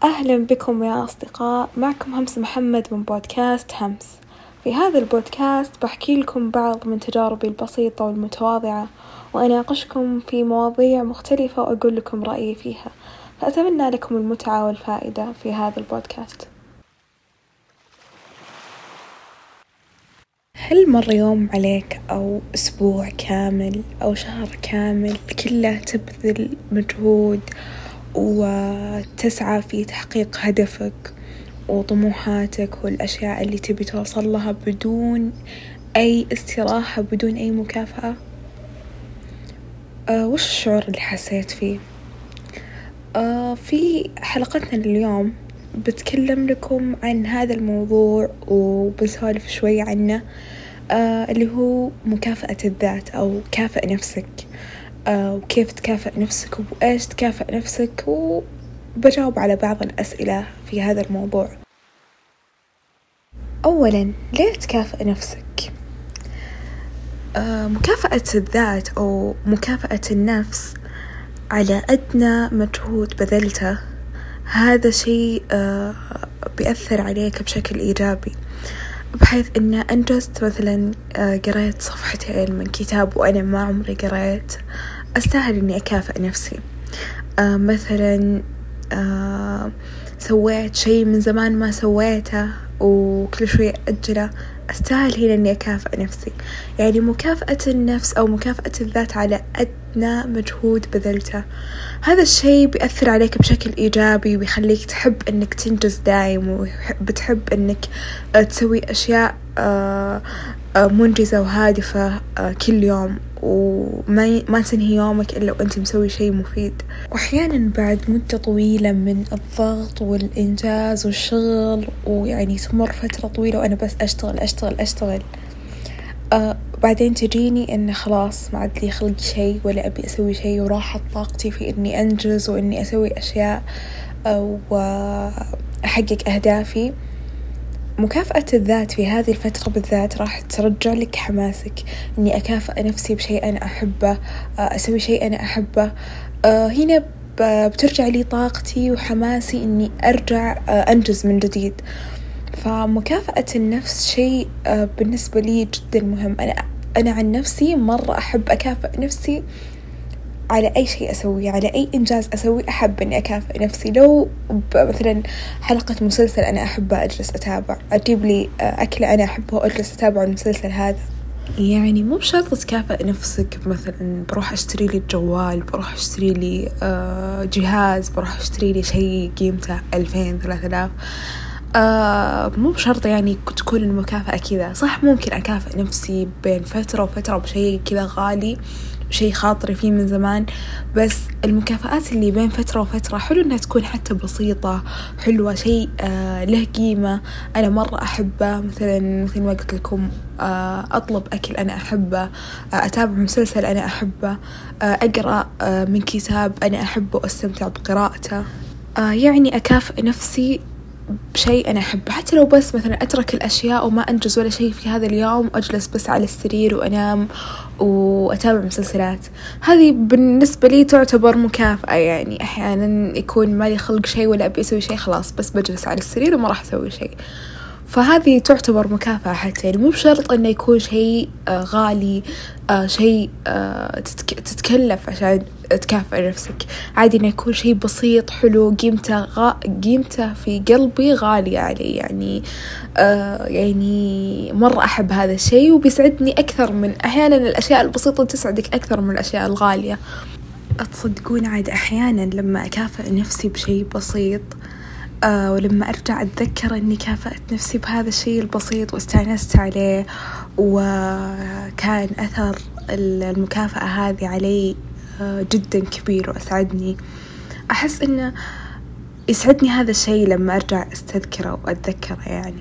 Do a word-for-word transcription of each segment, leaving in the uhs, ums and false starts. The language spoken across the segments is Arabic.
أهلا بكم يا أصدقاء، معكم همس محمد من بودكاست همس. في هذا البودكاست بحكي لكم بعض من تجاربي البسيطة والمتواضعة، وأناقشكم في مواضيع مختلفة وأقول لكم رأيي فيها، فأتمنى لكم المتعة والفائدة في هذا البودكاست. هل مر يوم عليك أو أسبوع كامل أو شهر كامل كله تبذل مجهود وتسعى في تحقيق هدفك وطموحاتك والأشياء اللي تبي توصل لها بدون أي استراحة، بدون أي مكافأة؟ أه وش الشعور اللي حسيت فيه؟ أه في حلقتنا اليوم بتكلم لكم عن هذا الموضوع وبسولف شوي عنه، أه اللي هو مكافأة الذات أو كافئ نفسك، أه وكيف تكافئ نفسك وإيش تكافئ نفسك، وبجاوب على بعض الأسئلة في هذا الموضوع. أولاً، ليه تكافئ نفسك؟ آه مكافأة الذات أو مكافأة النفس على أدنى مجهود بذلته، هذا شيء آه بيأثر عليك بشكل إيجابي، بحيث أن أنجزت مثلاً آه قرأت صفحتين من كتاب وأنا ما عمري قرأت، أستاهل أني أكافئ نفسي. آه مثلاً آه سويت شيء من زمان ما سويته وكل شوي أجله، أستاهل هنا أني أكافئ نفسي. يعني مكافأة النفس أو مكافأة الذات على أدنى مجهود بذلته، هذا الشيء بيأثر عليك بشكل إيجابي ويخليك تحب أنك تنجز دايم، وبتحب أنك تسوي أشياء منجزة وهادفة كل يوم، وما ما تنهي يومك إلا وأنت مسوي شيء مفيد. وأحيانا بعد مدة طويلة من الضغط والإنجاز والشغل، ويعني تمر فترة طويلة وأنا بس أشتغل أشتغل أشتغل آه بعدين تجيني إن خلاص ما عاد لي خلق شيء ولا أبي أسوي شيء، وراحت طاقتي في إني أنجز وإني أسوي أشياء وأحقق أهدافي. مكافأة الذات في هذه الفترة بالذات راح ترجع لك حماسك إني أكافئ نفسي بشيء أنا أحبه، أسوي شيء أنا أحبه. هنا بترجع لي طاقتي وحماسي إني أرجع أنجز من جديد. فمكافأة النفس شيء بالنسبة لي جدا مهم. أنا أنا عن نفسي مرة أحب أكافئ نفسي على أي شيء أسويه، على أي إنجاز أسويه أحب إني أكافئ نفسي. لو مثلا حلقة مسلسل أنا أحبها أجلس أتابع، أجيب لي أكلة أنا أحبها وأجلس أتابع المسلسل هذا. يعني مو بشرط تكافئ نفسك مثلا بروح أشتري لي الجوال، بروح أشتري لي جهاز، بروح أشتري لي شيء قيمته ألفين ثلاثة آلاف. آه مو بشرط يعني تكون المكافأة كذا. صح ممكن أكافئ نفسي بين فترة وفترة بشيء كذا غالي، شيء خاطري فيه من زمان، بس المكافآت اللي بين فترة وفترة حلو إنها تكون حتى بسيطة حلوة، شيء آه له قيمة أنا مرة أحبه. مثلا مثل ما قلت لكم آه أطلب أكل أنا أحبه، آه أتابع مسلسل أنا أحبه، آه أقرأ آه من كتاب أنا أحبه وأستمتع بقراءته. آه يعني أكافئ نفسي بشيء أنا أحبه، حتى لو بس مثلا أترك الأشياء وما أنجز ولا شيء في هذا اليوم، أجلس بس على السرير وأنام وأتابع مسلسلات. هذه بالنسبة لي تعتبر مكافأة. يعني أحيانا يكون مالي خلق شيء ولا أبي أسوي شيء، خلاص بس بجلس على السرير وما راح أسوي شيء، فهذه تعتبر مكافأة. حتى مو بشرط أنه يكون شيء آه غالي، آه شيء آه تتك... تتكلف عشان تكافئ نفسك. عادي أنه يكون شيء بسيط حلو قيمته غا... قيمته في قلبي غالية علي. يعني آه يعني مرة أحب هذا الشيء وبيسعدني أكثر من أحيانا الأشياء البسيطة تسعدك أكثر من الأشياء الغالية. أتصدقون عاد أحيانا لما أكافئ نفسي بشيء بسيط، آه ولما أرجع أتذكر أني كافأت نفسي بهذا الشيء البسيط واستانست عليه، وكان أثر المكافأة هذه علي آه جدا كبير وأسعدني. أحس أنه يسعدني هذا الشيء لما أرجع أستذكره وأتذكره. يعني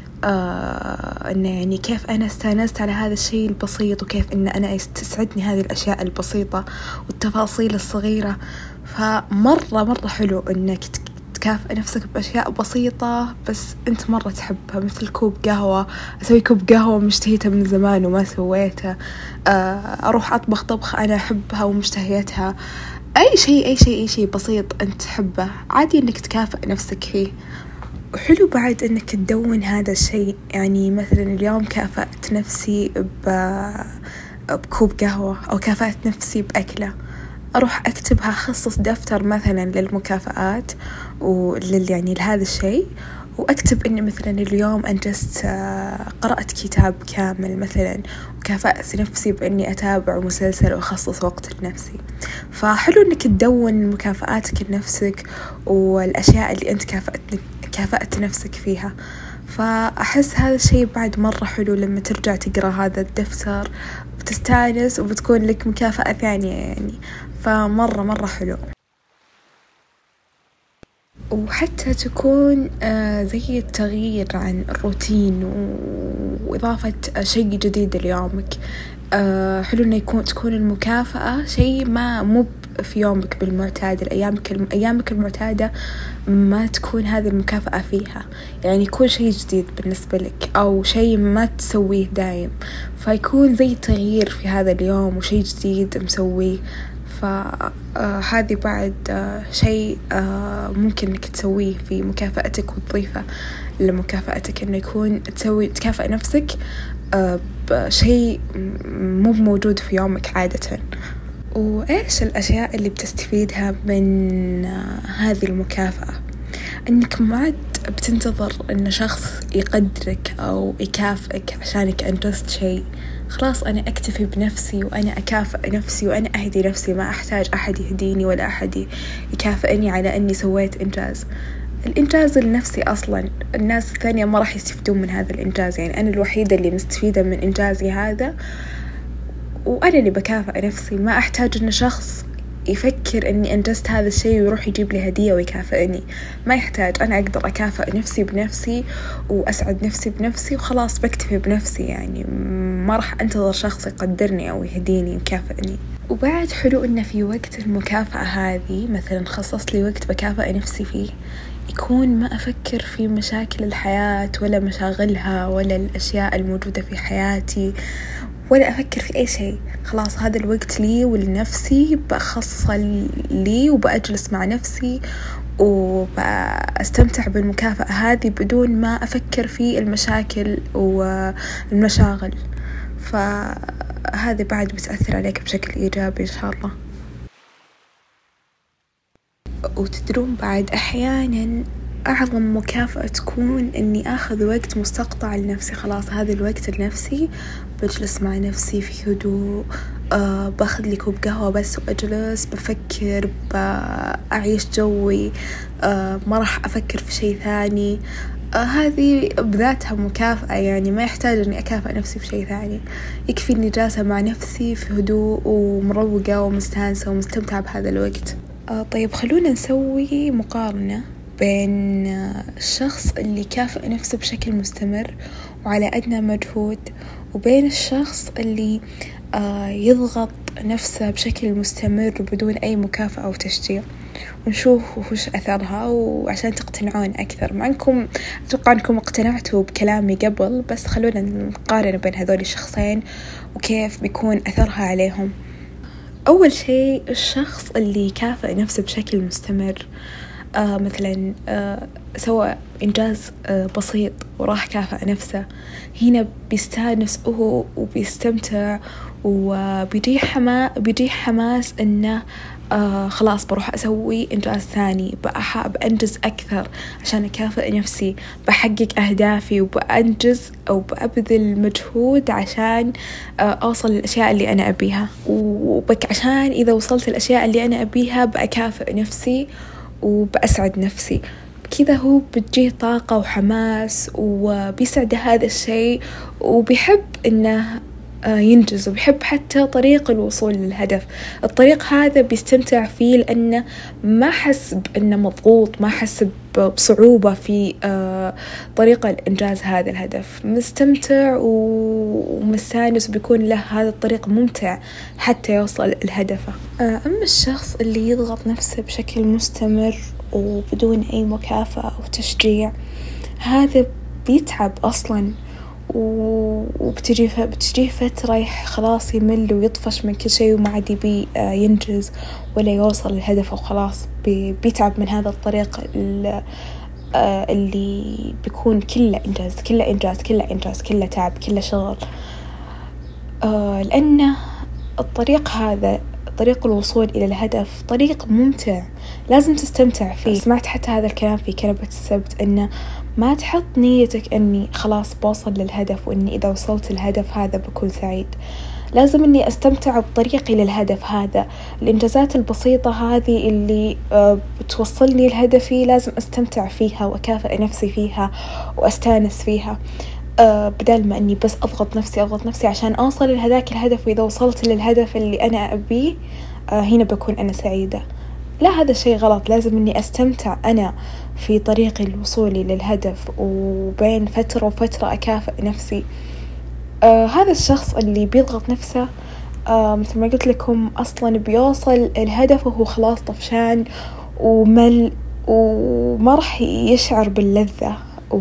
آه أنه يعني كيف أنا استانست على هذا الشيء البسيط، وكيف أن أنا تسعدني هذه الأشياء البسيطة والتفاصيل الصغيرة. فمرة مرة حلو أنك تكافئ نفسك بأشياء بسيطة بس أنت مرة تحبها، مثل كوب قهوة. أسوي كوب قهوة مشتهيتها من زمان وما سويتها، أروح أطبخ طبخ أنا أحبها ومشتهيتها، أي شيء أي شيء أي شيء بسيط أنت تحبه عادي إنك تكافئ نفسك فيه. وحلو بعد إنك تدون هذا الشيء، يعني مثلا اليوم كافأت نفسي بكوب قهوة أو كافأت نفسي بأكلة، أروح أكتبها، أخصص دفتر مثلا للمكافآت ولل يعني لهذا الشيء، وأكتب إني مثلا اليوم أنجزت قرأت كتاب كامل مثلا، وكافأت نفسي بإني أتابع مسلسل وأخصص وقت لنفسي. فحلو إنك تدون مكافآتك لنفسك والأشياء اللي أنت كافأت كافأت نفسك فيها. فأحس هذا الشيء بعد مرة حلو لما ترجع تقرأ هذا الدفتر، بتستانس وبتكون لك مكافأة ثانية يعني، فمرة مرة حلو. وحتى تكون زي التغيير عن الروتين وإضافة شيء جديد ليومك. حلو إنه يكون تكون المكافأة شيء ما مو في يومك بالمعتاد، الأيامك أيامك المعتادة ما تكون هذه المكافأة فيها، يعني يكون شيء جديد بالنسبة لك أو شيء ما تسويه دايم، فيكون زي تغيير في هذا اليوم وشيء جديد مسويه. فهذه بعد شيء ممكن إنك تسويه في مكافأتك وتضيفه لمكافأتك، إنه يكون تسوي تكافئ نفسك بشيء مو موجود في يومك عادة. وإيش الأشياء اللي بتستفيدها من هذه المكافأة؟ إنك ما عاد بتنتظر إن شخص يقدرك أو يكافئك عشانك أنجزت شيء، خلاص أنا أكتفي بنفسي وأنا أكافئ نفسي وأنا أهدي نفسي، ما أحتاج أحد يهديني ولا أحد يكافئني على أني سويت إنجاز. الإنجاز النفسي أصلاً الناس الثانية ما راح يستفيدون من هذا الإنجاز، يعني أنا الوحيدة اللي مستفيدة من إنجازي هذا، وأنا اللي بكافئ نفسي، ما أحتاج إن شخص يفكر إني أنجزت هذا الشيء ويروح يجيب لي هدية ويكافئني، ما يحتاج. أنا أقدر أكافئ نفسي بنفسي وأسعد نفسي بنفسي وخلاص بكتفي بنفسي، يعني ما راح أنتظر شخص يقدرني أو يهديني ويكافئني. وبعد حلو إنه في وقت المكافأة هذه مثلا خصص لي وقت بكافئ نفسي فيه، يكون ما أفكر في مشاكل الحياة ولا مشاغلها ولا الأشياء الموجودة في حياتي، ولا أفكر في أي شيء. خلاص هذا الوقت لي ولنفسي، بخصصه لي وبأجلس مع نفسي وبأستمتع بالمكافأة هذه بدون ما أفكر في المشاكل والمشاغل. فهذه بعد بتأثر عليك بشكل إيجابي إن شاء الله. وتدرون بعد أحيانا أعظم مكافأة تكون إني أخذ وقت مستقطع لنفسي، خلاص هذا الوقت لنفسي، بجلس مع نفسي في هدوء، أه باخذ لي كوب قهوة بس وأجلس بفكر، بأعيش جوي، أه ما راح أفكر في شيء ثاني. أه هذه بذاتها مكافأة، يعني ما يحتاج إني أكافئ نفسي في شيء ثاني، يكفي إني جالسة مع نفسي في هدوء ومروقة ومستانسة ومستمتعة بهذا الوقت. أه طيب خلونا نسوي مقارنة بين الشخص اللي كافئ نفسه بشكل مستمر وعلى أدنى مجهود، وبين الشخص اللي يضغط نفسه بشكل مستمر بدون أي مكافأة أو تشجيع، ونشوف وش أثرها وعشان تقتنعون أكثر. معكم أتوقع أنكم اقتنعتوا بكلامي قبل، بس خلونا نقارن بين هذول الشخصين وكيف بيكون أثرها عليهم. أول شيء الشخص اللي كافئ نفسه بشكل مستمر، آه مثلا آه سوى إنجاز آه بسيط وراح كافئ نفسه، هنا بيستانس هو وبيستمتع وبيجي حما بيجي حماس إنه آه خلاص بروح أسوي إنجاز ثاني، بأح بأنجز أكثر عشان أكافئ نفسي، بحقق أهدافي وبأنجز أو بأبذل مجهود عشان آه أوصل للأشياء اللي أنا أبيها، وبك عشان إذا وصلت الأشياء اللي أنا أبيها بأكافئ نفسي وبأسعد نفسي. كذا هو بتجيه طاقة وحماس وبيسعد هذا الشيء وبيحب إنه ينجز، وبيحب حتى طريق الوصول للهدف. الطريق هذا بيستمتع فيه لأنه ما حس بأنه مضغوط، ما حس بصعوبة في طريقة الإنجاز هذا الهدف، مستمتع ومستانس، وبيكون له هذا الطريق ممتع حتى يوصل لهدفه. أما الشخص اللي يضغط نفسه بشكل مستمر وبدون أي مكافأة أو تشجيع، هذا بيتعب أصلاً وبتجي بتجي فترة خلاص يمل ويطفش من كل شيء وما عاد يبي ينجز ولا يوصل للهدف وخلاص بيتعب من هذا الطريق اللي بيكون كله إنجاز كله إنجاز كله إنجاز كله تعب كله شغل. لأن الطريق هذا طريق الوصول إلى الهدف طريق ممتع لازم تستمتع فيه. سمعت حتى هذا الكلام في كلمة السبت، إنه ما تحط نيتك أني خلاص بوصل للهدف وإني إذا وصلت الهدف هذا بكون سعيد. لازم إني أستمتع بطريقي للهدف هذا. الإنجازات البسيطة هذه اللي بتوصلني لهدفي لازم أستمتع فيها وأكافئ نفسي فيها وأستانس فيها، بدل ما أني بس أضغط نفسي أضغط نفسي عشان أوصل لهذاك الهدف، وإذا وصلت للهدف اللي أنا أبيه هنا بكون أنا سعيدة. لا، هذا شيء غلط. لازم أني أستمتع أنا في طريقي الوصولي للهدف، وبين فترة وفترة أكافئ نفسي. آه هذا الشخص اللي بيضغط نفسه آه مثل ما قلت لكم أصلا بيوصل الهدف وهو خلاص طفشان ومل وما رح يشعر باللذة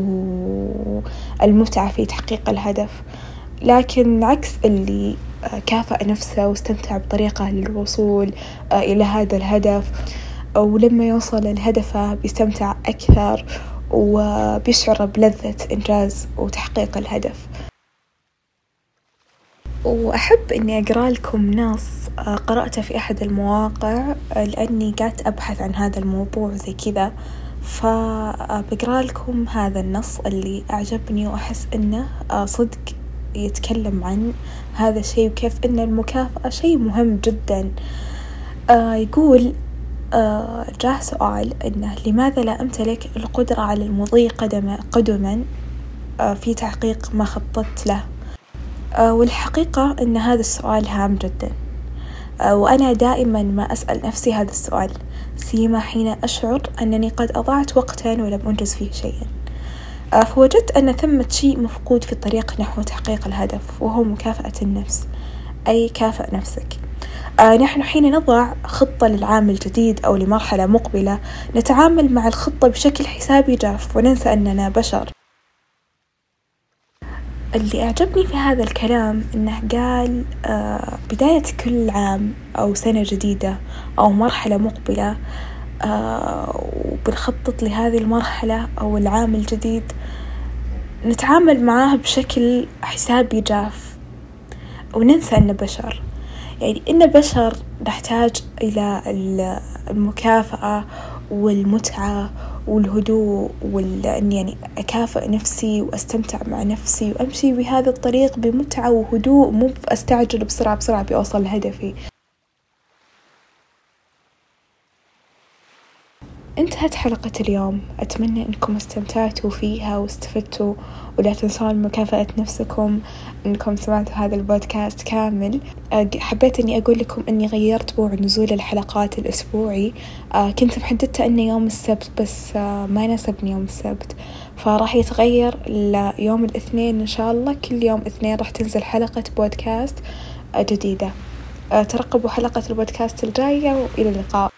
والمتعة في تحقيق الهدف. لكن عكس اللي كافأ نفسه واستمتع بطريقة للوصول إلى هذا الهدف، ولما يوصل لهدفه بيستمتع أكثر وبيشعر بلذة إنجاز وتحقيق الهدف. وأحب أني أقرأ لكم نص قرأته في أحد المواقع لأني قاعدة أبحث عن هذا الموضوع زي كذا، فبقرأ لكم هذا النص اللي أعجبني وأحس أنه صدق يتكلم عن هذا الشيء وكيف أن المكافأة شيء مهم جدا. آه يقول آه جاء سؤال أنه لماذا لا أمتلك القدرة على المضي قدما قدما آه في تحقيق ما خططت له. آه والحقيقة أن هذا السؤال هام جدا، آه وأنا دائما ما أسأل نفسي هذا السؤال سيما حين أشعر أنني قد أضعت وقتا ولم أنجز فيه شيئا. فوجدت أن ثمة شيء مفقود في الطريق نحو تحقيق الهدف، وهو مكافأة النفس. أي كافأ نفسك. آه نحن حين نضع خطة للعام الجديد أو لمرحلة مقبلة نتعامل مع الخطة بشكل حسابي جاف وننسى أننا بشر. اللي أعجبني في هذا الكلام أنه قال آه بداية كل عام أو سنة جديدة أو مرحلة مقبلة آه وبنخطط لهذه المرحلة أو العام الجديد نتعامل معاه بشكل حسابي جاف وننسى أننا بشر. يعني إن بشر نحتاج إلى المكافأة والمتعة والهدوء وإني يعني أكافئ نفسي وأستمتع مع نفسي وأمشي بهذا الطريق بمتعة وهدوء، مو أستعجل بسرعة بسرعة بأوصل لهدفي. انتهت حلقة اليوم، أتمنى أنكم استمتعتوا فيها واستفدتوا، ولا تنسون مكافأة نفسكم أنكم سمعتوا هذا البودكاست كامل. حبيت أني أقول لكم أني غيرت موعد نزول الحلقات الأسبوعي، كنت محددته أنه يوم السبت بس ما يناسبني يوم السبت، فراح يتغير ليوم الاثنين إن شاء الله. كل يوم اثنين راح تنزل حلقة بودكاست جديدة. ترقبوا حلقة البودكاست الجاية، وإلى اللقاء.